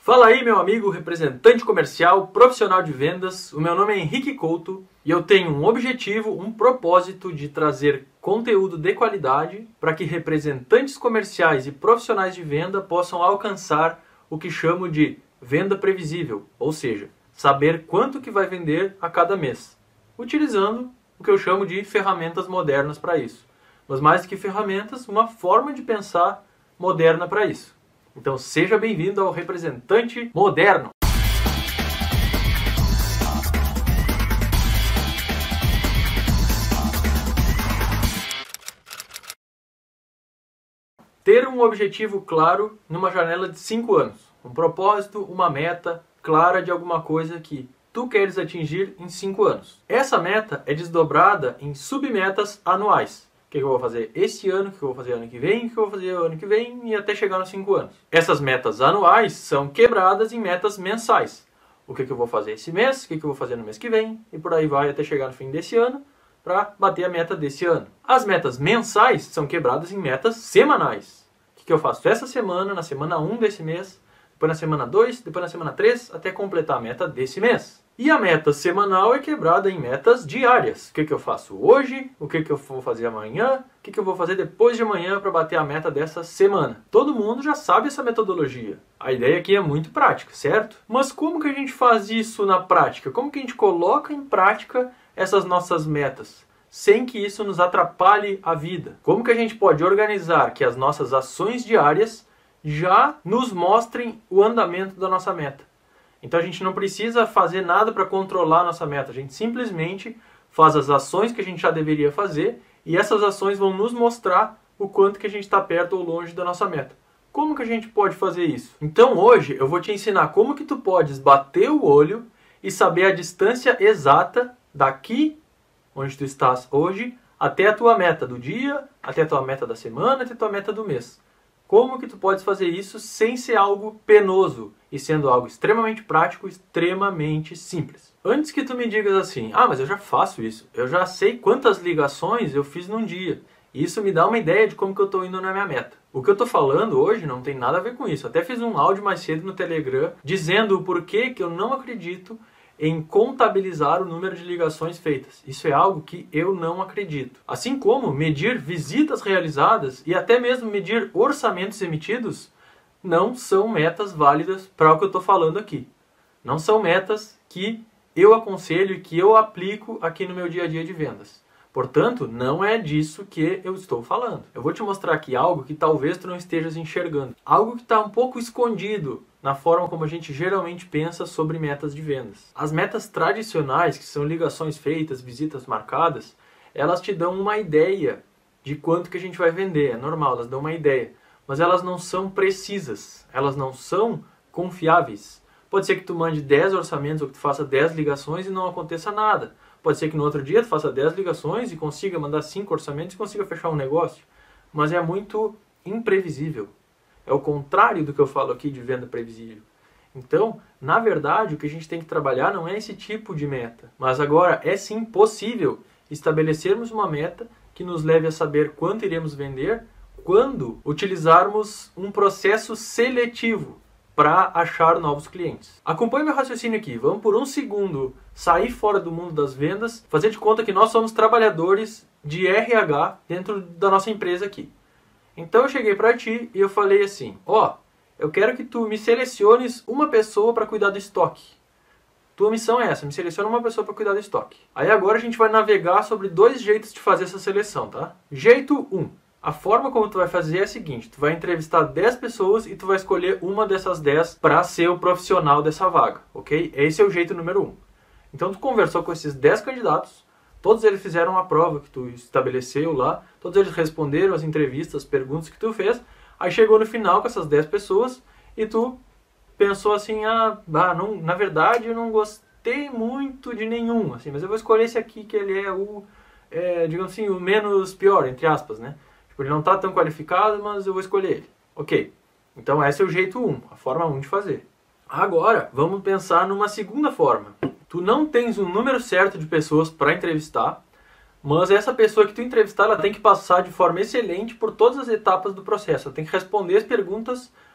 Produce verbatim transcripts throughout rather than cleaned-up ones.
Fala aí, meu amigo representante comercial, profissional de vendas. O meu nome é Henrique Couto e eu tenho um objetivo, um propósito de trazer conteúdo de qualidade para que representantes comerciais e profissionais de venda possam alcançar o que chamo de venda previsível, ou seja, saber quanto que vai vender a cada mês, utilizando o que eu chamo de ferramentas modernas para isso. Mas mais do que ferramentas, uma forma de pensar moderna para isso. Então seja bem-vindo ao Representante Moderno. Ter um objetivo claro numa janela de cinco anos. Um propósito, uma meta clara de alguma coisa que tu queres atingir em cinco anos. Essa meta é desdobrada em submetas anuais. O que eu vou fazer este ano, o que eu vou fazer ano que vem, o que eu vou fazer ano que vem e até chegar nos cinco anos. Essas metas anuais são quebradas em metas mensais. O que eu vou fazer esse mês, o que eu vou fazer no mês que vem e por aí vai até chegar no fim desse ano para bater a meta desse ano. As metas mensais são quebradas em metas semanais. O que eu faço essa semana, na semana um desse mês, depois na semana dois, depois na semana três, até completar a meta desse mês. E a meta semanal é quebrada em metas diárias. O que, que eu faço hoje, o que, que eu vou fazer amanhã, o que, que eu vou fazer depois de amanhã para bater a meta dessa semana. Todo mundo já sabe essa metodologia. A ideia aqui é muito prática, certo? Mas como que a gente faz isso na prática? Como que a gente coloca em prática essas nossas metas, sem que isso nos atrapalhe a vida? Como que a gente pode organizar que as nossas ações diárias já nos mostrem o andamento da nossa meta? Então a gente não precisa fazer nada para controlar a nossa meta, a gente simplesmente faz as ações que a gente já deveria fazer e essas ações vão nos mostrar o quanto que a gente está perto ou longe da nossa meta. Como que a gente pode fazer isso? Então hoje eu vou te ensinar como que tu podes bater o olho e saber a distância exata daqui, onde tu estás hoje, até a tua meta do dia, até a tua meta da semana, até a tua meta do mês. Como que tu podes fazer isso sem ser algo penoso e sendo algo extremamente prático, extremamente simples? Antes que tu me digas assim, ah, mas eu já faço isso, eu já sei quantas ligações eu fiz num dia. E isso me dá uma ideia de como que eu estou indo na minha meta. O que eu estou falando hoje não tem nada a ver com isso. Até fiz um áudio mais cedo no Telegram dizendo o porquê que eu não acredito em contabilizar o número de ligações feitas. Isso é algo que eu não acredito. Assim como medir visitas realizadas e até mesmo medir orçamentos emitidos não são metas válidas para o que eu estou falando aqui. Não são metas que eu aconselho e que eu aplico aqui no meu dia a dia de vendas. Portanto, não é disso que eu estou falando. Eu vou te mostrar aqui algo que talvez tu não estejas enxergando. Algo que está um pouco escondido na forma como a gente geralmente pensa sobre metas de vendas. As metas tradicionais, que são ligações feitas, visitas marcadas, elas te dão uma ideia de quanto que a gente vai vender. É normal, elas dão uma ideia. Mas elas não são precisas, elas não são confiáveis. Pode ser que tu mande dez orçamentos ou que tu faça dez ligações e não aconteça nada. Pode ser que no outro dia tu faça dez ligações e consiga mandar cinco orçamentos e consiga fechar um negócio. Mas é muito imprevisível. É o contrário do que eu falo aqui de venda previsível. Então, na verdade, o que a gente tem que trabalhar não é esse tipo de meta. Mas agora, é sim possível estabelecermos uma meta que nos leve a saber quanto iremos vender quando utilizarmos um processo seletivo para achar novos clientes. Acompanhe meu raciocínio aqui. Vamos por um segundo sair fora do mundo das vendas, fazer de conta que nós somos trabalhadores de R H dentro da nossa empresa aqui. Então eu cheguei para ti e eu falei assim, ó, oh, eu quero que tu me seleciones uma pessoa para cuidar do estoque. Tua missão é essa, me seleciona uma pessoa para cuidar do estoque. Aí agora a gente vai navegar sobre dois jeitos de fazer essa seleção, tá? Jeito um. A forma como tu vai fazer é a seguinte, tu vai entrevistar dez pessoas e tu vai escolher uma dessas dez para ser o profissional dessa vaga, ok? Esse é o jeito número um. Então tu conversou com esses dez candidatos, todos eles fizeram a prova que tu estabeleceu lá, todos eles responderam as entrevistas, as perguntas que tu fez, aí chegou no final com essas dez pessoas e tu pensou assim, ah, ah não, na verdade eu não gostei muito de nenhum, assim, mas eu vou escolher esse aqui que ele é o, é, digamos assim, o menos pior, entre aspas, né? Tipo, ele não está tão qualificado, mas eu vou escolher ele. Ok, então esse é o jeito um, a forma um de fazer. Agora, vamos pensar numa segunda forma. Tu não tens um número certo de pessoas para entrevistar, mas essa pessoa que tu entrevistar, ela tem que passar de forma excelente por todas as etapas do processo. Ela tem que responder as perguntas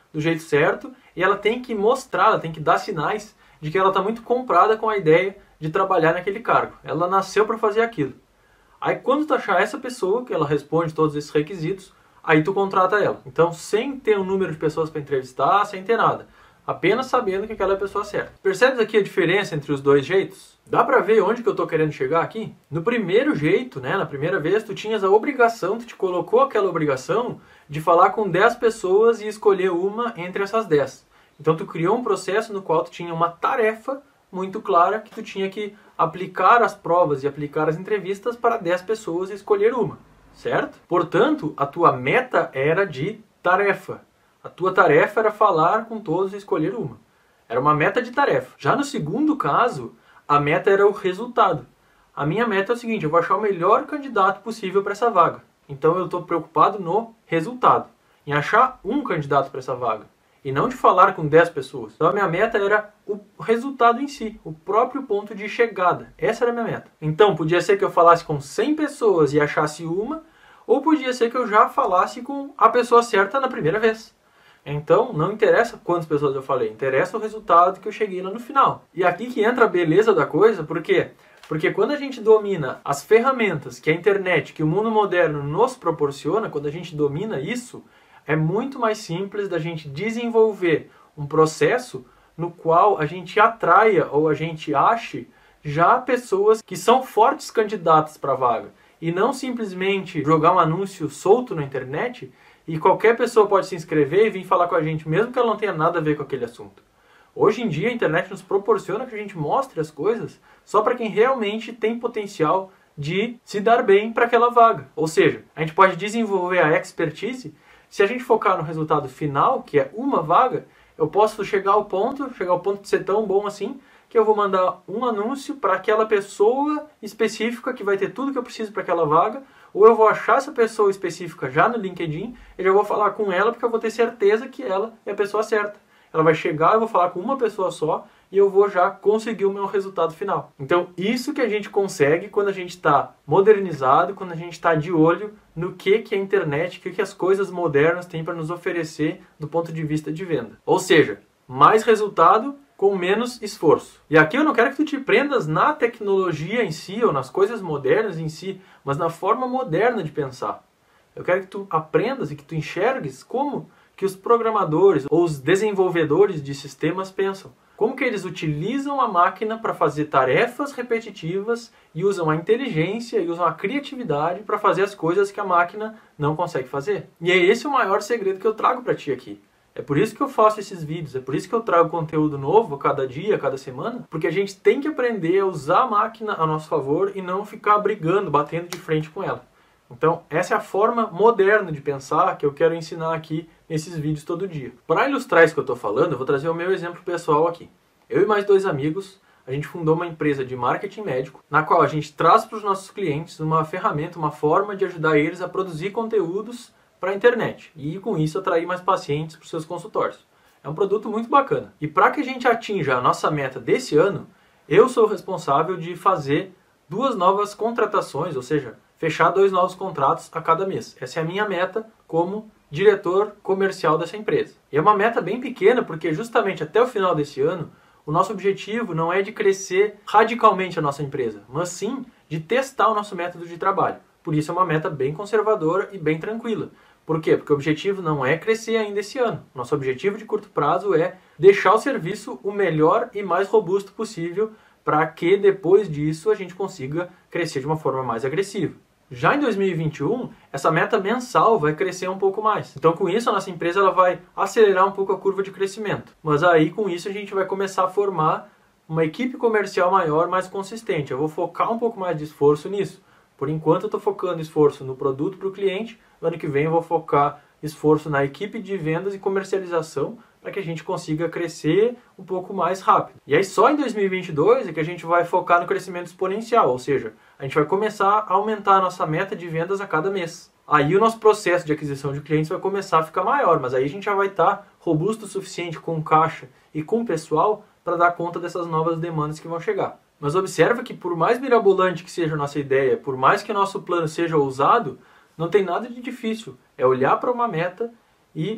do jeito certo e ela tem que mostrar, ela tem que dar sinais de que ela está muito comprada com a ideia de trabalhar naquele cargo. Ela nasceu para fazer aquilo. Aí quando tu achar essa pessoa, que ela responde todos esses requisitos, aí tu contrata ela. Então, sem ter um número de pessoas para entrevistar, sem ter nada. Apenas sabendo que aquela é a pessoa certa. Percebes aqui a diferença entre os dois jeitos? Dá pra ver onde que eu tô querendo chegar aqui? No primeiro jeito, né, na primeira vez, tu tinhas a obrigação, tu te colocou aquela obrigação de falar com dez pessoas e escolher uma entre essas dez. Então tu criou um processo no qual tu tinha uma tarefa muito clara que tu tinha que aplicar as provas e aplicar as entrevistas para dez pessoas e escolher uma, certo? Portanto, a tua meta era de tarefa. A tua tarefa era falar com todos e escolher uma. Era uma meta de tarefa. Já no segundo caso, a meta era o resultado. A minha meta é o seguinte, eu vou achar o melhor candidato possível para essa vaga. Então eu estou preocupado no resultado, em achar um candidato para essa vaga. E não de falar com dez pessoas. Então a minha meta era o resultado em si, o próprio ponto de chegada. Essa era a minha meta. Então podia ser que eu falasse com cem pessoas e achasse uma, ou podia ser que eu já falasse com a pessoa certa na primeira vez. Então, não interessa quantas pessoas eu falei, interessa o resultado que eu cheguei lá no final. E aqui que entra a beleza da coisa, por quê? Porque quando a gente domina as ferramentas que a internet, que o mundo moderno nos proporciona, quando a gente domina isso, é muito mais simples da gente desenvolver um processo no qual a gente atraia ou a gente ache já pessoas que são fortes candidatas para a vaga. E não simplesmente jogar um anúncio solto na internet e qualquer pessoa pode se inscrever e vir falar com a gente, mesmo que ela não tenha nada a ver com aquele assunto. Hoje em dia a internet nos proporciona que a gente mostre as coisas só para quem realmente tem potencial de se dar bem para aquela vaga. Ou seja, a gente pode desenvolver a expertise. Se a gente focar no resultado final, que é uma vaga, eu posso chegar ao ponto, chegar ao ponto de ser tão bom assim, que eu vou mandar um anúncio para aquela pessoa específica que vai ter tudo que eu preciso para aquela vaga, ou eu vou achar essa pessoa específica já no LinkedIn e já vou falar com ela porque eu vou ter certeza que ela é a pessoa certa. Ela vai chegar, eu vou falar com uma pessoa só e eu vou já conseguir o meu resultado final. Então, isso que a gente consegue quando a gente está modernizado, quando a gente está de olho no que, que a internet, o que, que as coisas modernas têm para nos oferecer do ponto de vista de venda. Ou seja, mais resultado com menos esforço. E aqui eu não quero que tu te prendas na tecnologia em si, ou nas coisas modernas em si, mas na forma moderna de pensar. Eu quero que tu aprendas e que tu enxergues como que os programadores ou os desenvolvedores de sistemas pensam. Como que eles utilizam a máquina para fazer tarefas repetitivas e usam a inteligência e usam a criatividade para fazer as coisas que a máquina não consegue fazer. E é esse o maior segredo que eu trago para ti aqui. É por isso que eu faço esses vídeos, é por isso que eu trago conteúdo novo a cada dia, a cada semana, porque a gente tem que aprender a usar a máquina a nosso favor e não ficar brigando, batendo de frente com ela. Então, essa é a forma moderna de pensar que eu quero ensinar aqui nesses vídeos todo dia. Para ilustrar isso que eu estou falando, eu vou trazer o meu exemplo pessoal aqui. Eu e mais dois amigos, a gente fundou uma empresa de marketing médico, na qual a gente traz para os nossos clientes uma ferramenta, uma forma de ajudar eles a produzir conteúdos para a internet e com isso atrair mais pacientes para os seus consultórios. É um produto muito bacana. E para que a gente atinja a nossa meta desse ano, eu sou o responsável de fazer duas novas contratações, ou seja, fechar dois novos contratos a cada mês. Essa é a minha meta como diretor comercial dessa empresa. E é uma meta bem pequena porque justamente até o final desse ano, o nosso objetivo não é de crescer radicalmente a nossa empresa, mas sim de testar o nosso método de trabalho. Por isso é uma meta bem conservadora e bem tranquila. Por quê? Porque o objetivo não é crescer ainda esse ano. Nosso objetivo de curto prazo é deixar o serviço o melhor e mais robusto possível para que depois disso a gente consiga crescer de uma forma mais agressiva. Já em dois mil e vinte e um, essa meta mensal vai crescer um pouco mais. Então com isso a nossa empresa ela vai acelerar um pouco a curva de crescimento. Mas aí com isso a gente vai começar a formar uma equipe comercial maior, mais consistente. Eu vou focar um pouco mais de esforço nisso. Por enquanto eu estou focando esforço no produto para o cliente, no ano que vem eu vou focar esforço na equipe de vendas e comercialização para que a gente consiga crescer um pouco mais rápido. E aí só em dois mil e vinte e dois é que a gente vai focar no crescimento exponencial, ou seja, a gente vai começar a aumentar a nossa meta de vendas a cada mês. Aí o nosso processo de aquisição de clientes vai começar a ficar maior, mas aí a gente já vai estar robusto o suficiente com caixa e com pessoal para dar conta dessas novas demandas que vão chegar. Mas observa que por mais mirabolante que seja a nossa ideia, por mais que o nosso plano seja ousado, não tem nada de difícil. É olhar para uma meta e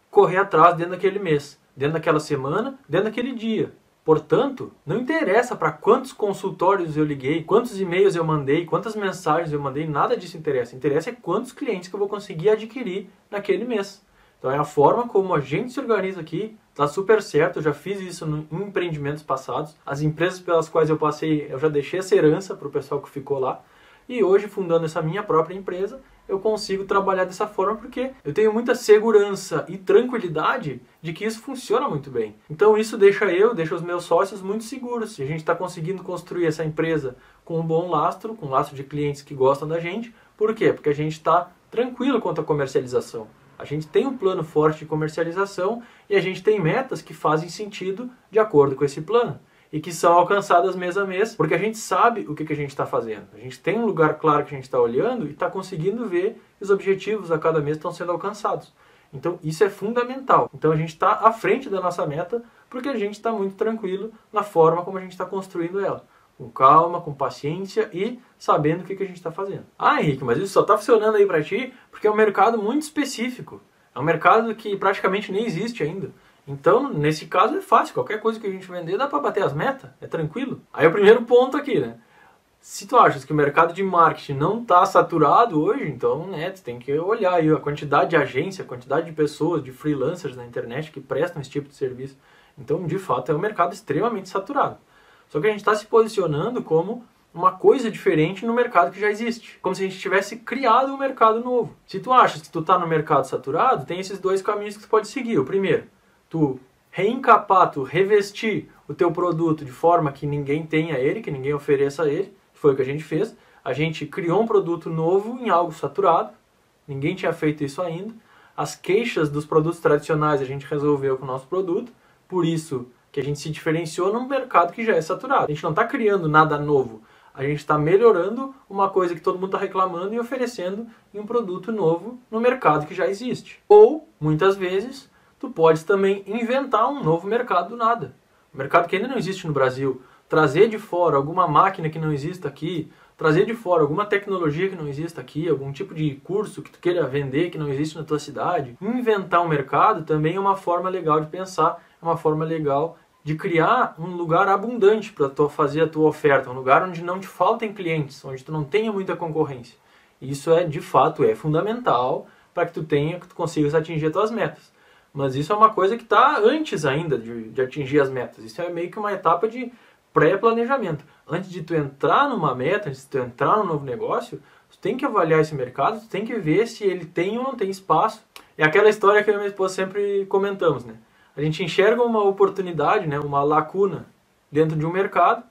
correr atrás dentro daquele mês, dentro daquela semana, dentro daquele dia. Portanto, não interessa para quantos consultórios eu liguei, quantos e-mails eu mandei, quantas mensagens eu mandei, nada disso interessa. Interessa é quantos clientes que eu vou conseguir adquirir naquele mês. Então é a forma como a gente se organiza aqui, tá super certo, eu já fiz isso em empreendimentos passados. As empresas pelas quais eu passei, eu já deixei essa herança para o pessoal que ficou lá. E hoje, fundando essa minha própria empresa, eu consigo trabalhar dessa forma porque eu tenho muita segurança e tranquilidade de que isso funciona muito bem. Então isso deixa eu, deixa os meus sócios muito seguros. Se a gente está conseguindo construir essa empresa com um bom lastro, com um lastro de clientes que gostam da gente, por quê? Porque a gente está tranquilo quanto à comercialização. A gente tem um plano forte de comercialização e a gente tem metas que fazem sentido de acordo com esse plano e que são alcançadas mês a mês, porque a gente sabe o que, que a gente está fazendo. A gente tem um lugar claro que a gente está olhando e está conseguindo ver que os objetivos a cada mês estão sendo alcançados. Então isso é fundamental. Então a gente está à frente da nossa meta porque a gente está muito tranquilo na forma como a gente está construindo ela. Com calma, com paciência e sabendo o que, que a gente está fazendo. Ah, Henrique, mas isso só está funcionando aí para ti porque é um mercado muito específico. É um mercado que praticamente nem existe ainda. Então, nesse caso é fácil. Qualquer coisa que a gente vender dá para bater as metas. É tranquilo. Aí o primeiro ponto aqui, né? Se tu achas que o mercado de marketing não está saturado hoje, então, né, tu tem que olhar aí a quantidade de agência, a quantidade de pessoas, de freelancers na internet que prestam esse tipo de serviço. Então, de fato, é um mercado extremamente saturado. Só que a gente está se posicionando como uma coisa diferente no mercado que já existe. Como se a gente tivesse criado um mercado novo. Se tu achas que tu está no mercado saturado, tem esses dois caminhos que tu pode seguir. O primeiro, tu reencapar, tu revestir o teu produto de forma que ninguém tenha ele, que ninguém ofereça ele, que foi o que a gente fez. A gente criou um produto novo em algo saturado, ninguém tinha feito isso ainda. As queixas dos produtos tradicionais a gente resolveu com o nosso produto, por isso que a gente se diferenciou num mercado que já é saturado. A gente não está criando nada novo, a gente está melhorando uma coisa que todo mundo está reclamando e oferecendo em um produto novo no mercado que já existe. Ou, muitas vezes, tu podes também inventar um novo mercado do nada. Um mercado que ainda não existe no Brasil. Trazer de fora alguma máquina que não exista aqui, trazer de fora alguma tecnologia que não exista aqui, algum tipo de curso que tu queira vender que não existe na tua cidade. Inventar um mercado também é uma forma legal de pensar, é uma forma legal de criar um lugar abundante para tu fazer a tua oferta, um lugar onde não te faltem clientes, onde tu não tenha muita concorrência. E isso é, de fato, é fundamental para que tu tenha, que tu consigas atingir as tuas metas. Mas isso é uma coisa que está antes ainda de, de atingir as metas. Isso é meio que uma etapa de pré-planejamento. Antes de tu entrar numa meta, antes de tu entrar num novo negócio, tu tem que avaliar esse mercado, tu tem que ver se ele tem ou não tem espaço. É aquela história que eu e minha esposa sempre comentamos, né? A gente enxerga uma oportunidade, né, uma lacuna dentro de um mercado.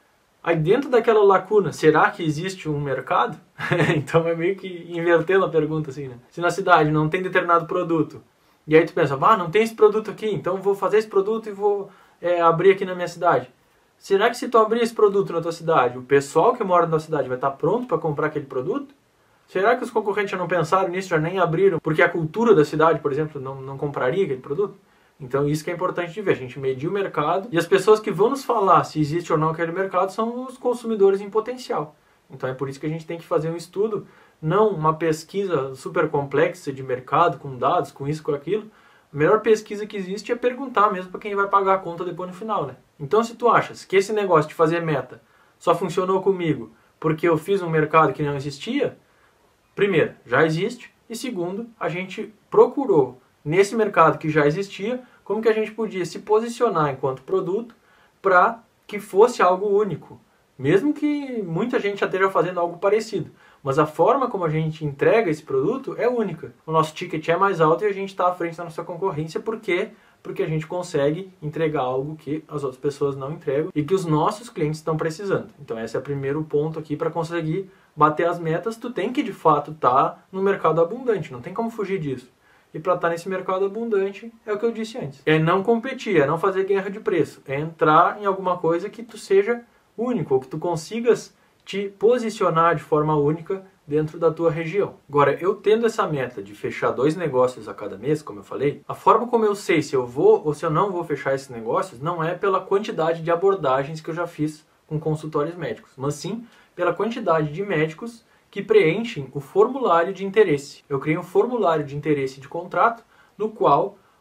Aí dentro daquela lacuna, será que existe um mercado? Então é meio que invertendo a pergunta assim, né? Se na cidade não tem determinado produto, e aí tu pensa, ah, não tem esse produto aqui, então vou fazer esse produto e vou é, abrir aqui na minha cidade. Será que se tu abrir esse produto na tua cidade, o pessoal que mora na tua cidade vai estar pronto para comprar aquele produto? Será que os concorrentes já não pensaram nisso, já nem abriram, porque a cultura da cidade, por exemplo, não, não compraria aquele produto? Então isso que é importante de ver, a gente medir o mercado e as pessoas que vão nos falar se existe ou não aquele mercado são os consumidores em potencial. Então é por isso que a gente tem que fazer um estudo, não uma pesquisa super complexa de mercado, com dados, com isso, com aquilo. A melhor pesquisa que existe é perguntar mesmo para quem vai pagar a conta depois no final, né? Então se tu achas que esse negócio de fazer meta só funcionou comigo porque eu fiz um mercado que não existia, primeiro, já existe, e segundo, a gente procurou nesse mercado que já existia, como que a gente podia se posicionar enquanto produto para que fosse algo único. Mesmo que muita gente já esteja fazendo algo parecido. Mas a forma como a gente entrega esse produto é única. O nosso ticket é mais alto e a gente está à frente da nossa concorrência. Por quê? Porque a gente consegue entregar algo que as outras pessoas não entregam e que os nossos clientes estão precisando. Então esse é o primeiro ponto aqui para conseguir bater as metas. Tu tem que de fato estar no mercado abundante, não tem como fugir disso. E para estar nesse mercado abundante, é o que eu disse antes. É não competir, é não fazer guerra de preço. É entrar em alguma coisa que tu seja único, ou que tu consigas te posicionar de forma única dentro da tua região. Agora, eu tendo essa meta de fechar dois negócios a cada mês, como eu falei, a forma como eu sei se eu vou ou se eu não vou fechar esses negócios não é pela quantidade de abordagens que eu já fiz com consultórios médicos, mas sim pela quantidade de médicos que preenchem o formulário de interesse. Eu criei um formulário de interesse de contrato no qual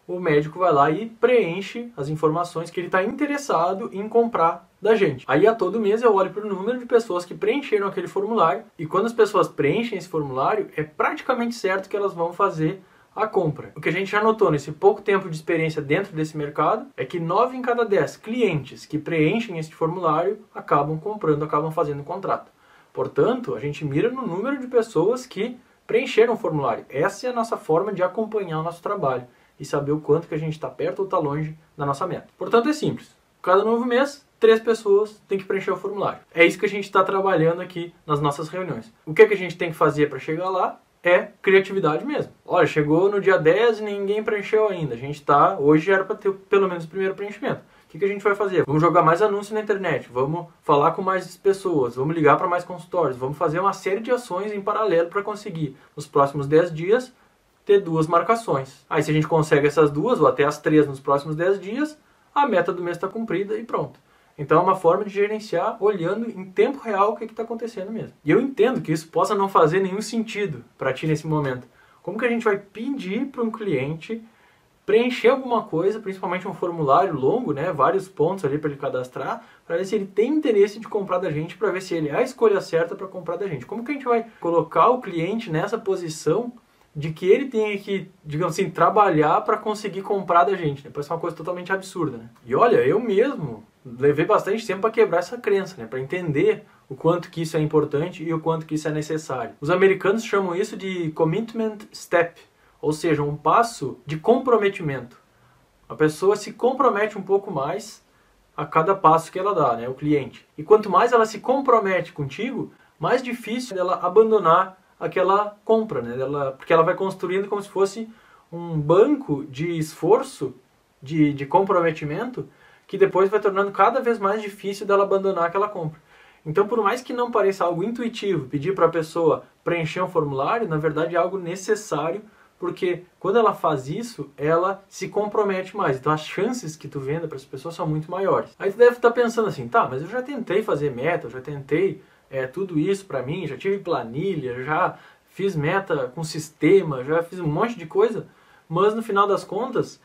o médico vai lá e preenche as informações que ele está interessado em comprar da gente. Aí a todo mês eu olho para o número de pessoas que preencheram aquele formulário, e quando as pessoas preenchem esse formulário, é praticamente certo que elas vão fazer a compra. O que a gente já notou nesse pouco tempo de experiência dentro desse mercado é que nove em cada dez clientes que preenchem esse formulário acabam comprando, acabam fazendo o contrato. Portanto, a gente mira no número de pessoas que preencheram o formulário. Essa é a nossa forma de acompanhar o nosso trabalho e saber o quanto que a gente está perto ou está longe da nossa meta. Portanto, é simples. Cada novo mês, três pessoas têm que preencher o formulário. É isso que a gente está trabalhando aqui nas nossas reuniões. O que, que a gente tem que fazer para chegar lá? É criatividade mesmo. Olha, chegou no dia dez e ninguém preencheu ainda. A gente tá, hoje era para ter pelo menos o primeiro preenchimento. O que, que a gente vai fazer? Vamos jogar mais anúncios na internet, vamos falar com mais pessoas, vamos ligar para mais consultórios, vamos fazer uma série de ações em paralelo para conseguir, nos próximos dez dias, ter duas marcações. Aí se a gente consegue essas duas, ou até as três nos próximos dez dias, a meta do mês está cumprida e pronto. Então é uma forma de gerenciar olhando em tempo real o que está acontecendo mesmo. E eu entendo que isso possa não fazer nenhum sentido para ti nesse momento. Como que a gente vai pedir para um cliente preencher alguma coisa, principalmente um formulário longo, né, vários pontos ali para ele cadastrar, para ver se ele tem interesse de comprar da gente, para ver se ele é a escolha certa para comprar da gente. Como que a gente vai colocar o cliente nessa posição de que ele tenha que, digamos assim, trabalhar para conseguir comprar da gente, né? Parece uma coisa totalmente absurda, né? E olha, eu mesmo levei bastante tempo para quebrar essa crença, né? Para entender o quanto que isso é importante e o quanto que isso é necessário. Os americanos chamam isso de commitment step, ou seja, um passo de comprometimento. A pessoa se compromete um pouco mais a cada passo que ela dá, né? O cliente. E quanto mais ela se compromete contigo, mais difícil dela abandonar aquela compra, né? Ela, porque ela vai construindo como se fosse um banco de esforço, de, de comprometimento, que depois vai tornando cada vez mais difícil dela abandonar aquela compra. Então, por mais que não pareça algo intuitivo pedir para a pessoa preencher um formulário, na verdade é algo necessário, porque quando ela faz isso, ela se compromete mais. Então as chances que tu venda para as pessoas são muito maiores. Aí tu deve estar pensando assim, tá, mas eu já tentei fazer meta, eu já tentei é, tudo isso para mim, já tive planilha, já fiz meta com sistema, já fiz um monte de coisa, mas no final das contas,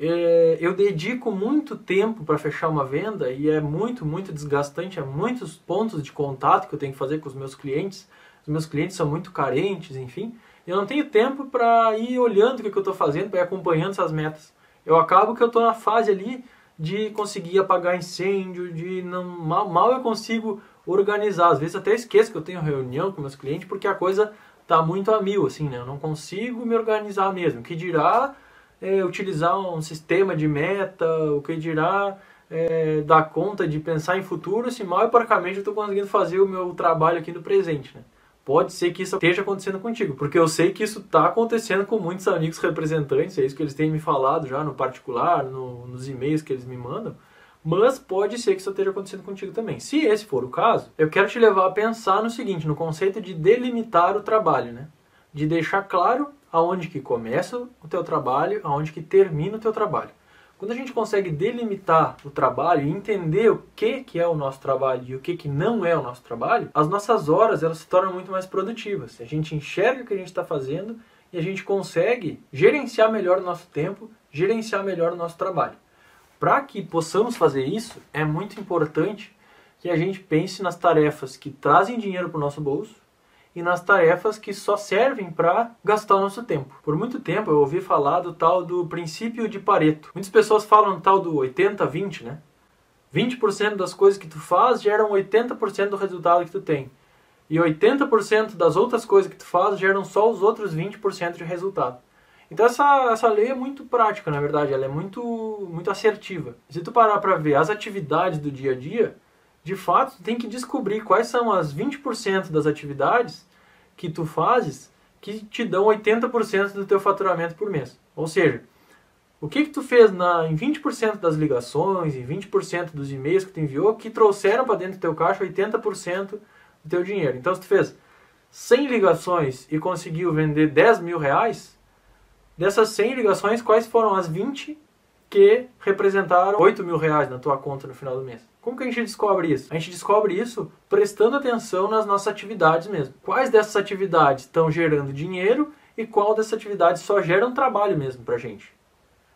é, eu dedico muito tempo para fechar uma venda e é muito, muito desgastante, há muitos pontos de contato que eu tenho que fazer com os meus clientes, os meus clientes são muito carentes, enfim, eu não tenho tempo para ir olhando o que eu estou fazendo, para ir acompanhando essas metas. Eu acabo que eu estou na fase ali de conseguir apagar incêndio, de não mal, mal eu consigo organizar. Às vezes até esqueço que eu tenho reunião com meus clientes porque a coisa está muito a mil, assim, né? Eu não consigo me organizar mesmo. O que dirá é, utilizar um sistema de meta, o que dirá é, dar conta de pensar em futuro, se mal e porcamente eu estou conseguindo fazer o meu trabalho aqui no presente, né? Pode ser que isso esteja acontecendo contigo, porque eu sei que isso está acontecendo com muitos amigos representantes, é isso que eles têm me falado já no particular, no, nos e-mails que eles me mandam, mas pode ser que isso esteja acontecendo contigo também. Se esse for o caso, eu quero te levar a pensar no seguinte, no conceito de delimitar o trabalho, né? De deixar claro aonde que começa o teu trabalho, aonde que termina o teu trabalho. Quando a gente consegue delimitar o trabalho e entender o que, que é o nosso trabalho e o que, que não é o nosso trabalho, as nossas horas elas se tornam muito mais produtivas. A gente enxerga o que a gente está fazendo e a gente consegue gerenciar melhor o nosso tempo, gerenciar melhor o nosso trabalho. Para que possamos fazer isso, é muito importante que a gente pense nas tarefas que trazem dinheiro para o nosso bolso e nas tarefas que só servem para gastar o nosso tempo. Por muito tempo eu ouvi falar do tal do princípio de Pareto. Muitas pessoas falam do tal do oitenta vinte, né? vinte por cento das coisas que tu faz geram oitenta por cento do resultado que tu tem. E oitenta por cento das outras coisas que tu faz geram só os outros vinte por cento de resultado. Então essa, essa lei é muito prática, na verdade, ela é muito, muito assertiva. Se tu parar para ver as atividades do dia a dia, de fato, tu tem que descobrir quais são as vinte por cento das atividades que tu fazes que te dão oitenta por cento do teu faturamento por mês. Ou seja, o que que tu fez na, em vinte por cento das ligações, em vinte por cento dos e-mails que tu enviou, que trouxeram para dentro do teu caixa oitenta por cento do teu dinheiro. Então, se tu fez cem ligações e conseguiu vender dez mil reais, dessas cem ligações, quais foram as vinte que representaram oito mil reais na tua conta no final do mês? Como que a gente descobre isso? A gente descobre isso prestando atenção nas nossas atividades mesmo. Quais dessas atividades estão gerando dinheiro e qual dessas atividades só geram trabalho mesmo pra gente?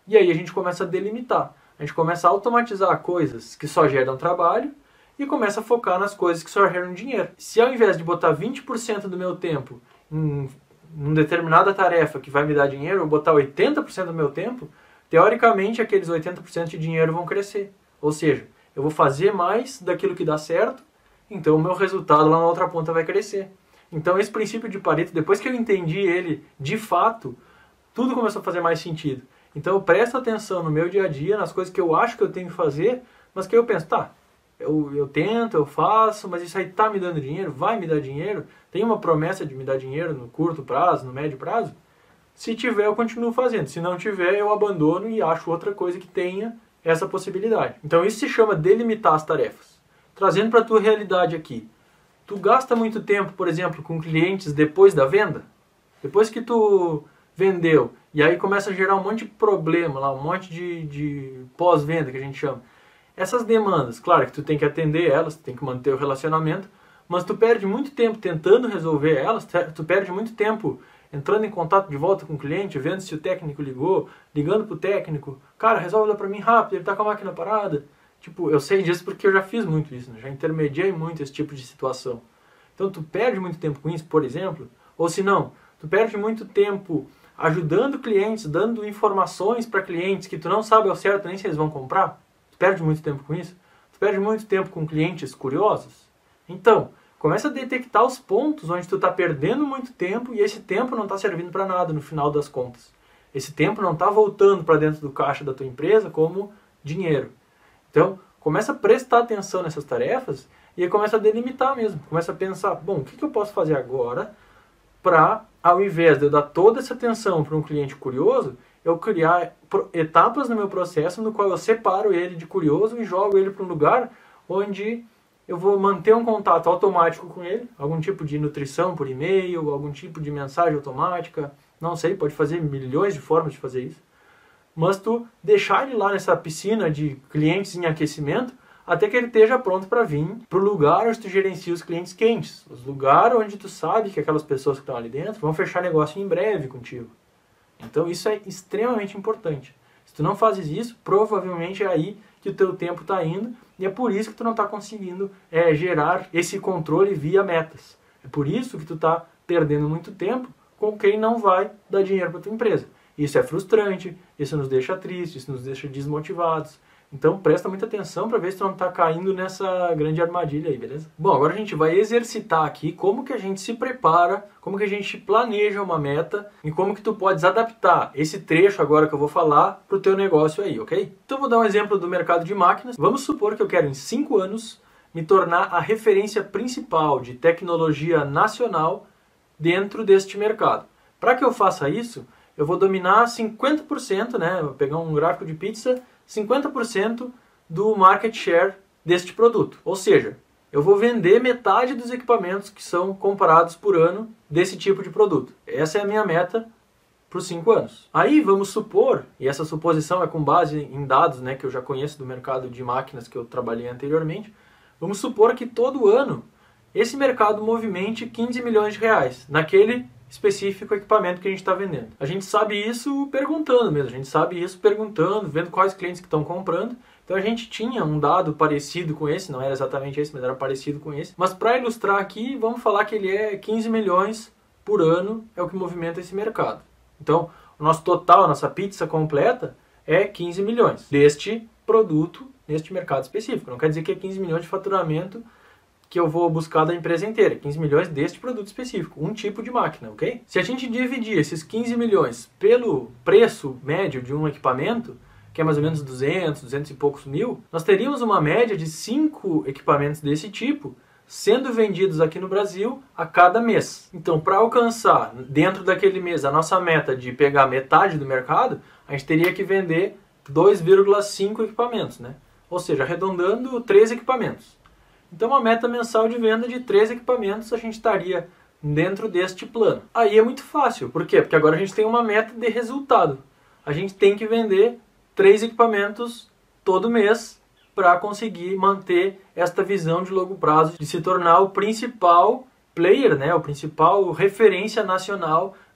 E aí a gente começa a delimitar. A gente começa a automatizar coisas que só geram trabalho e começa a focar nas coisas que só geram dinheiro. Se ao invés de botar vinte por cento do meu tempo em uma determinada tarefa que vai me dar dinheiro, eu botar oitenta por cento do meu tempo, teoricamente aqueles oitenta por cento de dinheiro vão crescer. Ou seja, eu vou fazer mais daquilo que dá certo, então o meu resultado lá na outra ponta vai crescer. Então esse princípio de Pareto, depois que eu entendi ele de fato, tudo começou a fazer mais sentido. Então eu presto atenção no meu dia a dia, nas coisas que eu acho que eu tenho que fazer, mas que eu penso, tá, eu, eu tento, eu faço, mas isso aí tá me dando dinheiro? Vai me dar dinheiro? Tem uma promessa de me dar dinheiro no curto prazo, no médio prazo? Se tiver, eu continuo fazendo. Se não tiver, eu abandono e acho outra coisa que tenha essa possibilidade. Então isso se chama delimitar as tarefas. Trazendo para a tua realidade aqui. Tu gasta muito tempo, por exemplo, com clientes depois da venda? Depois que tu vendeu, e aí começa a gerar um monte de problema lá, um monte de, de pós-venda que a gente chama. Essas demandas, claro que tu tem que atender elas, tu tem que manter o relacionamento, mas tu perde muito tempo tentando resolver elas, tu perde muito tempo entrando em contato de volta com o cliente, vendo se o técnico ligou, ligando pro técnico, cara, resolve lá pra mim rápido, ele tá com a máquina parada. Tipo, eu sei disso porque eu já fiz muito isso, né? Já intermediei muito esse tipo de situação. Então tu perde muito tempo com isso, por exemplo, ou se não, tu perde muito tempo ajudando clientes, dando informações para clientes que tu não sabe ao certo nem se eles vão comprar. Tu perde muito tempo com isso. Tu perde muito tempo com clientes curiosos. Então, começa a detectar os pontos onde tu está perdendo muito tempo e esse tempo não está servindo para nada no final das contas. Esse tempo não está voltando para dentro do caixa da tua empresa como dinheiro. Então, começa a prestar atenção nessas tarefas e aí começa a delimitar mesmo. Começa a pensar, bom, o que, que eu posso fazer agora para, ao invés de eu dar toda essa atenção para um cliente curioso, eu criar etapas no meu processo no qual eu separo ele de curioso e jogo ele para um lugar onde eu vou manter um contato automático com ele, algum tipo de nutrição por e-mail, algum tipo de mensagem automática, não sei, pode fazer milhões de formas de fazer isso. Mas tu deixar ele lá nessa piscina de clientes em aquecimento até que ele esteja pronto para vir para o lugar onde tu gerencia os clientes quentes. Os lugares onde tu sabe que aquelas pessoas que estão ali dentro vão fechar negócio em breve contigo. Então isso é extremamente importante. Se tu não fazes isso, provavelmente é aí que o teu tempo está indo e é por isso que tu não está conseguindo é, gerar esse controle via metas. É por isso que tu está perdendo muito tempo com quem não vai dar dinheiro para tua empresa. Isso é frustrante, isso nos deixa tristes, isso nos deixa desmotivados. Então presta muita atenção para ver se tu não está caindo nessa grande armadilha aí, beleza? Bom, agora a gente vai exercitar aqui como que a gente se prepara, como que a gente planeja uma meta e como que tu podes adaptar esse trecho agora que eu vou falar para o teu negócio aí, ok? Então eu vou dar um exemplo do mercado de máquinas. Vamos supor que eu quero em cinco anos me tornar a referência principal de tecnologia nacional dentro deste mercado. Para que eu faça isso, eu vou dominar cinquenta por cento, né? Vou pegar um gráfico de pizza, cinquenta por cento do market share deste produto. Ou seja, eu vou vender metade dos equipamentos que são comprados por ano desse tipo de produto. Essa é a minha meta para os cinco anos. Aí vamos supor, e essa suposição é com base em dados, né, que eu já conheço do mercado de máquinas que eu trabalhei anteriormente, vamos supor que todo ano esse mercado movimente quinze milhões de reais naquele específico equipamento que a gente está vendendo. A gente sabe isso perguntando mesmo, a gente sabe isso perguntando, vendo quais clientes que estão comprando. Então a gente tinha um dado parecido com esse, não era exatamente esse, mas era parecido com esse. Mas para ilustrar aqui, vamos falar que ele é quinze milhões por ano, é o que movimenta esse mercado. Então, o nosso total, a nossa pizza completa é quinze milhões deste produto, neste mercado específico. Não quer dizer que é quinze milhões de faturamento que eu vou buscar da empresa inteira, quinze milhões deste produto específico, um tipo de máquina, ok? Se a gente dividir esses quinze milhões pelo preço médio de um equipamento, que é mais ou menos duzentos, duzentos e poucos mil, nós teríamos uma média de cinco equipamentos desse tipo sendo vendidos aqui no Brasil a cada mês. Então, para alcançar dentro daquele mês a nossa meta de pegar metade do mercado, a gente teria que vender dois vírgula cinco equipamentos, né? Ou seja, arredondando três equipamentos. Então, uma meta mensal de venda de três equipamentos a gente estaria dentro deste plano. Aí é muito fácil. Por quê? Porque agora a gente tem uma meta de resultado. A gente tem que vender três equipamentos todo mês para conseguir manter esta visão de longo prazo de se tornar o principal player, né? O principal referência nacional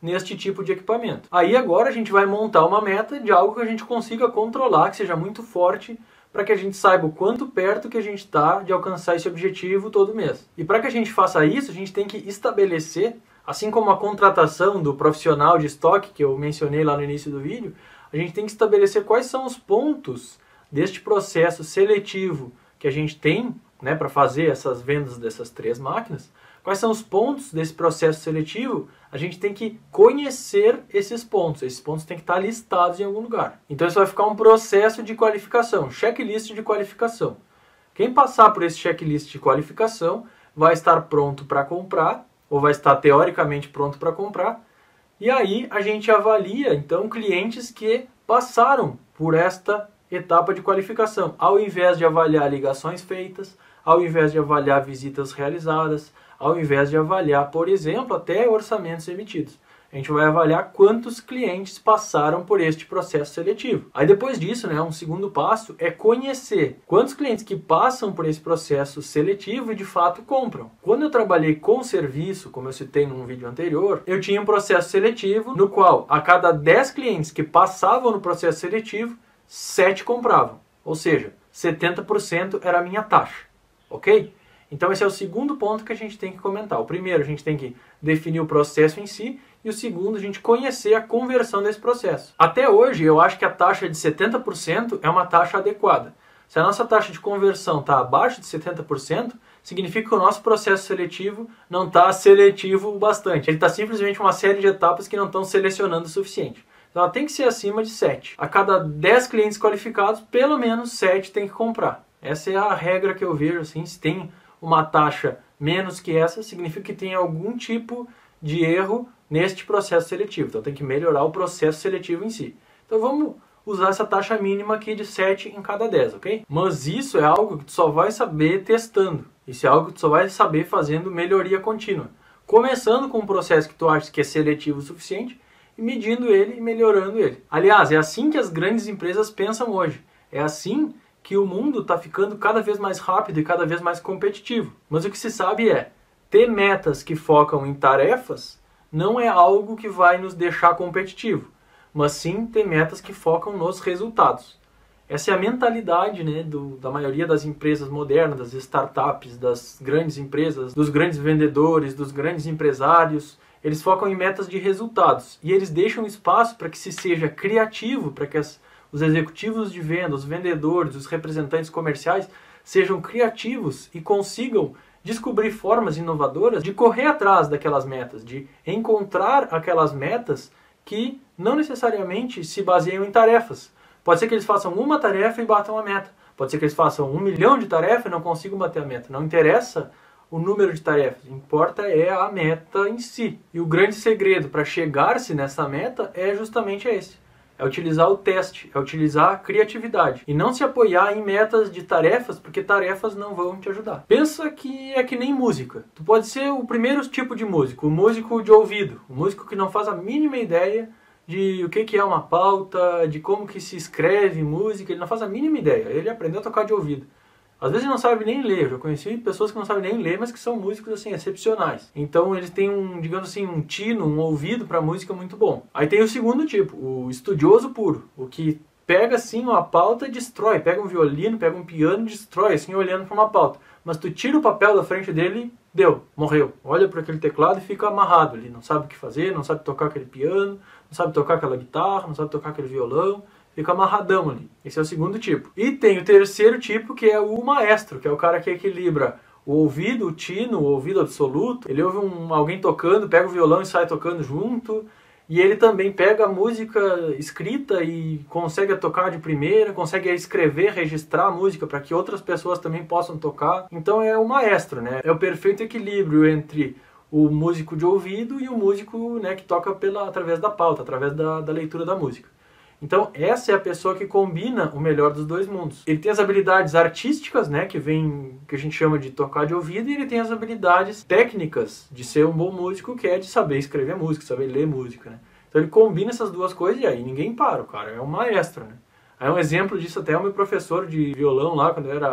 neste tipo de equipamento. Aí agora a gente vai montar uma meta de algo que a gente consiga controlar, que seja muito forte, para que a gente saiba o quanto perto que a gente está de alcançar esse objetivo todo mês. E para que a gente faça isso, a gente tem que estabelecer, assim como a contratação do profissional de estoque, que eu mencionei lá no início do vídeo, a gente tem que estabelecer quais são os pontos deste processo seletivo que a gente tem, né, para fazer essas vendas dessas três máquinas. Quais são os pontos desse processo seletivo? A gente tem que conhecer esses pontos. Esses pontos têm que estar listados em algum lugar. Então isso vai ficar um processo de qualificação, checklist de qualificação. Quem passar por esse checklist de qualificação vai estar pronto para comprar, ou vai estar teoricamente pronto para comprar. E aí a gente avalia então clientes que passaram por esta etapa de qualificação, ao invés de avaliar ligações feitas, ao invés de avaliar visitas realizadas, ao invés de avaliar, por exemplo, até orçamentos emitidos. A gente vai avaliar quantos clientes passaram por este processo seletivo. Aí depois disso, né, um segundo passo é conhecer quantos clientes que passam por esse processo seletivo e de fato compram. Quando eu trabalhei com serviço, como eu citei num vídeo anterior, eu tinha um processo seletivo no qual a cada dez clientes que passavam no processo seletivo, sete compravam. Ou seja, setenta por cento era a minha taxa. Ok? Então esse é o segundo ponto que a gente tem que comentar. O primeiro, a gente tem que definir o processo em si, e o segundo, a gente conhecer a conversão desse processo. Até hoje, eu acho que a taxa de setenta por cento é uma taxa adequada. Se a nossa taxa de conversão está abaixo de setenta por cento, significa que o nosso processo seletivo não está seletivo o bastante. Ele está simplesmente uma série de etapas que não estão selecionando o suficiente. Então ela tem que ser acima de sete. A cada dez clientes qualificados, pelo menos sete tem que comprar. Essa é a regra que eu vejo, assim, se tem uma taxa menos que essa, significa que tem algum tipo de erro neste processo seletivo. Então tem que melhorar o processo seletivo em si. Então vamos usar essa taxa mínima aqui de sete em cada dez, ok? Mas isso é algo que tu só vai saber testando. Isso é algo que tu só vai saber fazendo melhoria contínua. Começando com um processo que tu acha que é seletivo o suficiente e medindo ele e melhorando ele. Aliás, é assim que as grandes empresas pensam hoje. É assim que o mundo está ficando cada vez mais rápido e cada vez mais competitivo. Mas o que se sabe é, ter metas que focam em tarefas não é algo que vai nos deixar competitivo, mas sim ter metas que focam nos resultados. Essa é a mentalidade, né, do, da maioria das empresas modernas, das startups, das grandes empresas, dos grandes vendedores, dos grandes empresários. Eles focam em metas de resultados e eles deixam espaço para que se seja criativo, para que as os executivos de venda, os vendedores, os representantes comerciais sejam criativos e consigam descobrir formas inovadoras de correr atrás daquelas metas, de encontrar aquelas metas que não necessariamente se baseiam em tarefas. Pode ser que eles façam uma tarefa e batam a meta. Pode ser que eles façam um milhão de tarefas e não consigam bater a meta. Não interessa o número de tarefas, importa é a meta em si. E o grande segredo para chegar-se nessa meta é justamente esse. É utilizar o teste, é utilizar a criatividade. E não se apoiar em metas de tarefas, porque tarefas não vão te ajudar. Pensa que é que nem música. Tu pode ser o primeiro tipo de músico, o músico de ouvido. O músico que não faz a mínima ideia de o que é uma pauta, de como que se escreve música. Ele não faz a mínima ideia. Ele aprendeu a tocar de ouvido. Às vezes não sabe nem ler, eu já conheci pessoas que não sabem nem ler, mas que são músicos assim, excepcionais. Então eles têm um, digamos assim, um tino, um ouvido para música muito bom. Aí tem o segundo tipo, o estudioso puro, o que pega assim uma pauta e destrói, pega um violino, pega um piano e destrói, assim, olhando para uma pauta. Mas tu tira o papel da frente dele, deu, morreu. Olha para aquele teclado e fica amarrado ali, não sabe o que fazer, não sabe tocar aquele piano, não sabe tocar aquela guitarra, não sabe tocar aquele violão. Fica amarradão ali. Esse é o segundo tipo. E tem o terceiro tipo, que é o maestro, que é o cara que equilibra o ouvido, o tino, o ouvido absoluto. Ele ouve um, alguém tocando, pega o violão e sai tocando junto. E ele também pega a música escrita e consegue tocar de primeira, consegue escrever, registrar a música para que outras pessoas também possam tocar. Então é o maestro, né? É o perfeito equilíbrio entre o músico de ouvido e o músico, né, que toca pela, através da pauta, através da, da leitura da música. Então essa é a pessoa que combina o melhor dos dois mundos. Ele tem as habilidades artísticas, né, que vem, que a gente chama de tocar de ouvido, e ele tem as habilidades técnicas de ser um bom músico, que é de saber escrever música, saber ler música, né? Então ele combina essas duas coisas e aí ninguém para, o cara é um maestro, né? Aí um exemplo disso até é o meu professor de violão lá, quando eu era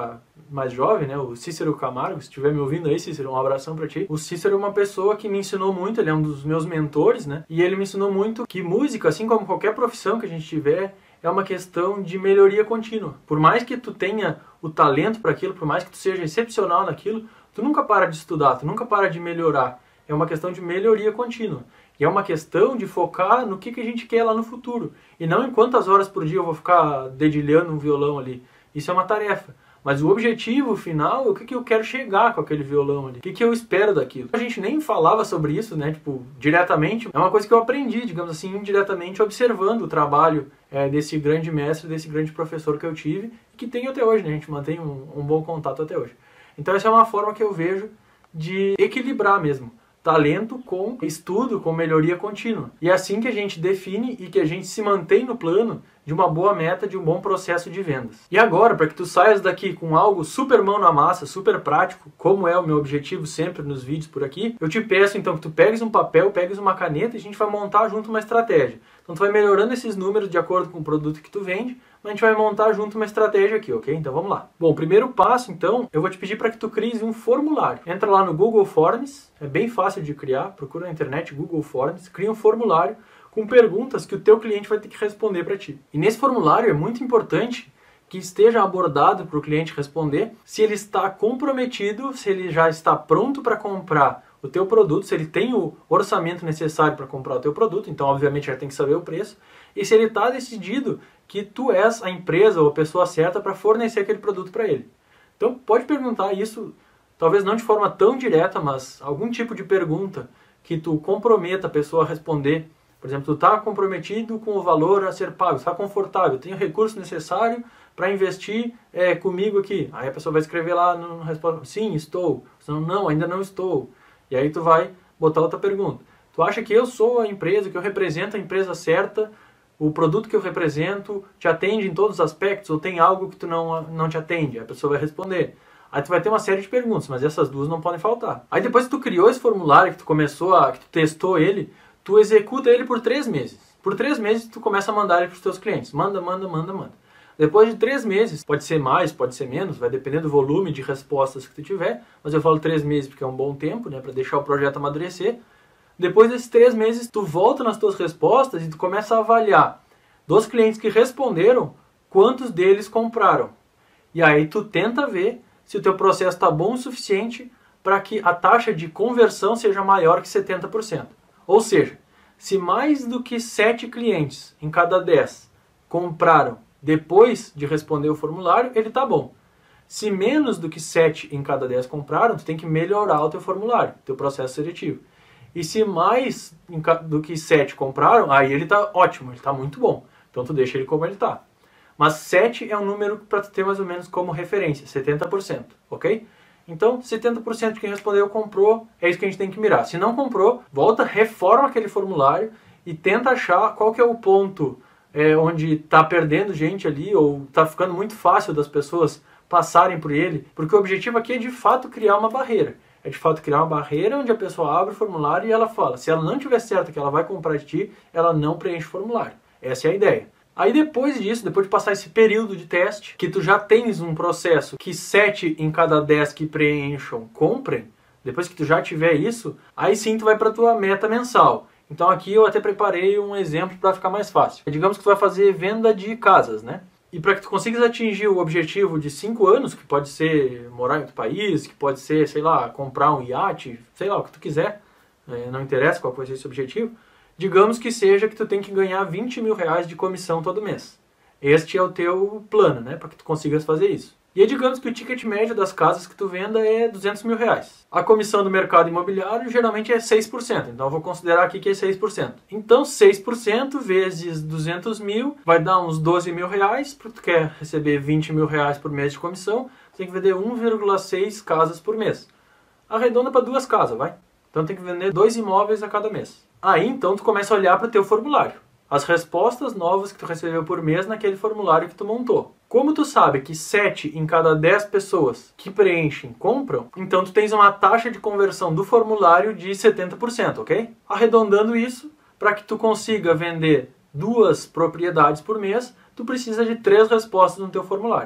mais jovem, né, o Cícero Camargo, se estiver me ouvindo aí, Cícero, um abração pra ti. O Cícero é uma pessoa que me ensinou muito, ele é um dos meus mentores, né, e ele me ensinou muito que música, assim como qualquer profissão que a gente tiver, é uma questão de melhoria contínua. Por mais que tu tenha o talento para aquilo, por mais que tu seja excepcional naquilo, tu nunca para de estudar, tu nunca para de melhorar. É uma questão de melhoria contínua. E é uma questão de focar no que, que a gente quer lá no futuro. E não em quantas horas por dia eu vou ficar dedilhando um violão ali. Isso é uma tarefa. Mas o objetivo final é o que, que eu quero chegar com aquele violão ali. O que, que eu espero daquilo. A gente nem falava sobre isso, né? Tipo, diretamente. É uma coisa que eu aprendi, digamos assim, indiretamente, observando o trabalho é, desse grande mestre, desse grande professor que eu tive. E que tenho até hoje, né? A gente mantém um, um bom contato até hoje. Então essa é uma forma que eu vejo de equilibrar mesmo talento com estudo, com melhoria contínua. E é assim que a gente define e que a gente se mantém no plano de uma boa meta, de um bom processo de vendas. E agora, para que tu saias daqui com algo super mão na massa, super prático, como é o meu objetivo sempre nos vídeos por aqui, eu te peço então que tu pegues um papel, pegues uma caneta e a gente vai montar junto uma estratégia. Então tu vai melhorando esses números de acordo com o produto que tu vende, mas a gente vai montar junto uma estratégia aqui, ok? Então vamos lá. Bom, o primeiro passo, então, eu vou te pedir para que tu cries um formulário. Entra lá no Google Forms, é bem fácil de criar, procura na internet Google Forms, cria um formulário com perguntas que o teu cliente vai ter que responder para ti. E nesse formulário é muito importante que esteja abordado para o cliente responder se ele está comprometido, se ele já está pronto para comprar o teu produto, se ele tem o orçamento necessário para comprar o teu produto, então obviamente já tem que saber o preço, e se ele está decidido que tu és a empresa ou a pessoa certa para fornecer aquele produto para ele. Então pode perguntar isso, talvez não de forma tão direta, mas algum tipo de pergunta que tu comprometa a pessoa a responder. Por exemplo, tu está comprometido com o valor a ser pago, está confortável, tem o recurso necessário para investir é, comigo aqui. Aí a pessoa vai escrever lá no resposta, sim, estou. Senão, não, ainda não estou. E aí tu vai botar outra pergunta. Tu acha que eu sou a empresa, que eu represento a empresa certa, o produto que eu represento te atende em todos os aspectos, ou tem algo que tu não, não te atende? Aí a pessoa vai responder. Aí tu vai ter uma série de perguntas, mas essas duas não podem faltar. Aí depois que tu criou esse formulário, que tu começou a, que tu testou ele, tu executa ele por três meses. Por três meses tu começa a mandar ele para os teus clientes. Manda, manda, manda, manda. Depois de três meses, pode ser mais, pode ser menos, vai depender do volume de respostas que tu tiver, mas eu falo três meses porque é um bom tempo, né, para deixar o projeto amadurecer. Depois desses três meses, tu volta nas tuas respostas e tu começa a avaliar dos clientes que responderam, quantos deles compraram. E aí tu tenta ver se o teu processo está bom o suficiente para que a taxa de conversão seja maior que setenta por cento. Ou seja, se mais do que sete clientes em cada dez compraram depois de responder o formulário, ele está bom. Se menos do que sete em cada dez compraram, tu tem que melhorar o teu formulário, teu processo seletivo. E se mais do que sete compraram, aí ele está ótimo, ele está muito bom. Então tu deixa ele como ele está. Mas sete é um número para tu ter mais ou menos como referência, setenta por cento, ok? Então, setenta por cento de quem respondeu comprou, é isso que a gente tem que mirar. Se não comprou, volta, reforma aquele formulário e tenta achar qual que é o ponto é, onde está perdendo gente ali, ou está ficando muito fácil das pessoas passarem por ele, porque o objetivo aqui é de fato criar uma barreira. É de fato criar uma barreira onde a pessoa abre o formulário e ela fala, se ela não tiver certa que ela vai comprar de ti, ela não preenche o formulário. Essa é a ideia. Aí depois disso, depois de passar esse período de teste, que tu já tens um processo que sete em cada dez que preencham comprem, depois que tu já tiver isso, aí sim tu vai para tua meta mensal. Então aqui eu até preparei um exemplo para ficar mais fácil. Digamos que tu vai fazer venda de casas, né? E para que tu consigas atingir o objetivo de cinco anos, que pode ser morar em outro país, que pode ser, sei lá, comprar um iate, sei lá, o que tu quiser, não interessa qual vai ser esse objetivo, digamos que seja que tu tem que ganhar vinte mil reais de comissão todo mês. Este é o teu plano, né, para que tu consigas fazer isso. E aí digamos que o ticket médio das casas que tu venda é duzentos mil reais. A comissão do mercado imobiliário geralmente é seis por cento, então eu vou considerar aqui que é seis por cento. Então seis por cento vezes duzentos mil vai dar uns doze mil reais, porque tu quer receber vinte mil reais por mês de comissão, tu tem que vender um vírgula seis casas por mês. Arredonda para duas casas, vai? Então tem que vender dois imóveis a cada mês. Aí então tu começa a olhar para o teu formulário. As respostas novas que tu recebeu por mês naquele formulário que tu montou. Como tu sabe que sete em cada dez pessoas que preenchem compram, então tu tens uma taxa de conversão do formulário de setenta por cento, ok? Arredondando isso, para que tu consiga vender duas propriedades por mês, tu precisa de três respostas no teu formulário.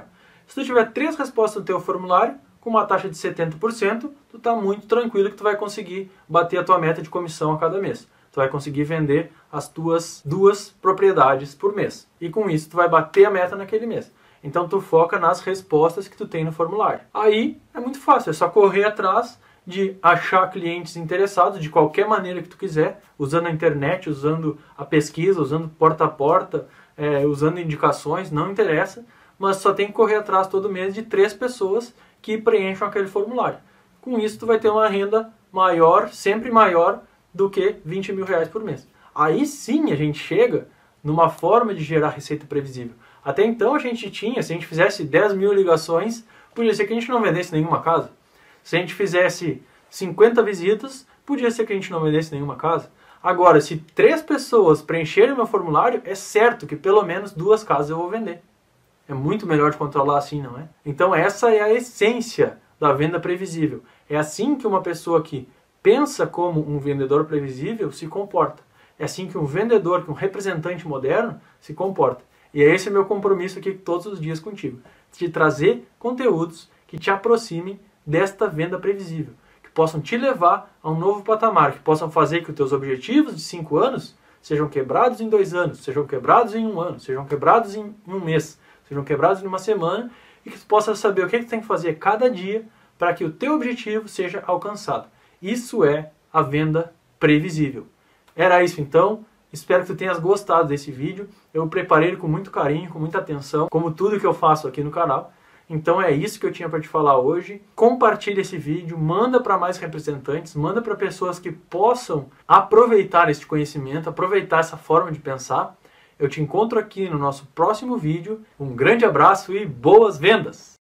Se tu tiver três respostas no teu formulário, com uma taxa de setenta por cento, tu tá muito tranquilo que tu vai conseguir bater a tua meta de comissão a cada mês. Tu vai conseguir vender as tuas duas propriedades por mês. E com isso tu vai bater a meta naquele mês. Então tu foca nas respostas que tu tem no formulário. Aí é muito fácil, é só correr atrás de achar clientes interessados de qualquer maneira que tu quiser, usando a internet, usando a pesquisa, usando porta a porta, é, usando indicações, não interessa, mas só tem que correr atrás todo mês de três pessoas que preencham aquele formulário. Com isso tu vai ter uma renda maior, sempre maior, do que vinte mil reais por mês. Aí sim a gente chega numa forma de gerar receita previsível. Até então a gente tinha, se a gente fizesse dez mil ligações, podia ser que a gente não vendesse nenhuma casa. Se a gente fizesse cinquenta visitas, podia ser que a gente não vendesse nenhuma casa. Agora, se três pessoas preencherem o meu formulário, é certo que pelo menos duas casas eu vou vender. É muito melhor de controlar assim, não é? Então essa é a essência da venda previsível. É assim que uma pessoa que pensa como um vendedor previsível se comporta. É assim que um vendedor, que um representante moderno se comporta. E é esse o meu compromisso aqui todos os dias contigo. De trazer conteúdos que te aproximem desta venda previsível. Que possam te levar a um novo patamar. Que possam fazer que os teus objetivos de cinco anos sejam quebrados em dois anos. Sejam quebrados em um ano. Sejam quebrados em um mês. Sejam quebrados em uma semana. E que tu possa saber o que tu tem que fazer cada dia para que o teu objetivo seja alcançado. Isso é a venda previsível. Era isso então. Espero que tu tenhas gostado desse vídeo. Eu preparei ele com muito carinho, com muita atenção, como tudo que eu faço aqui no canal. Então é isso que eu tinha para te falar hoje. Compartilha esse vídeo, manda para mais representantes, manda para pessoas que possam aproveitar este conhecimento, aproveitar essa forma de pensar. Eu te encontro aqui no nosso próximo vídeo. Um grande abraço e boas vendas!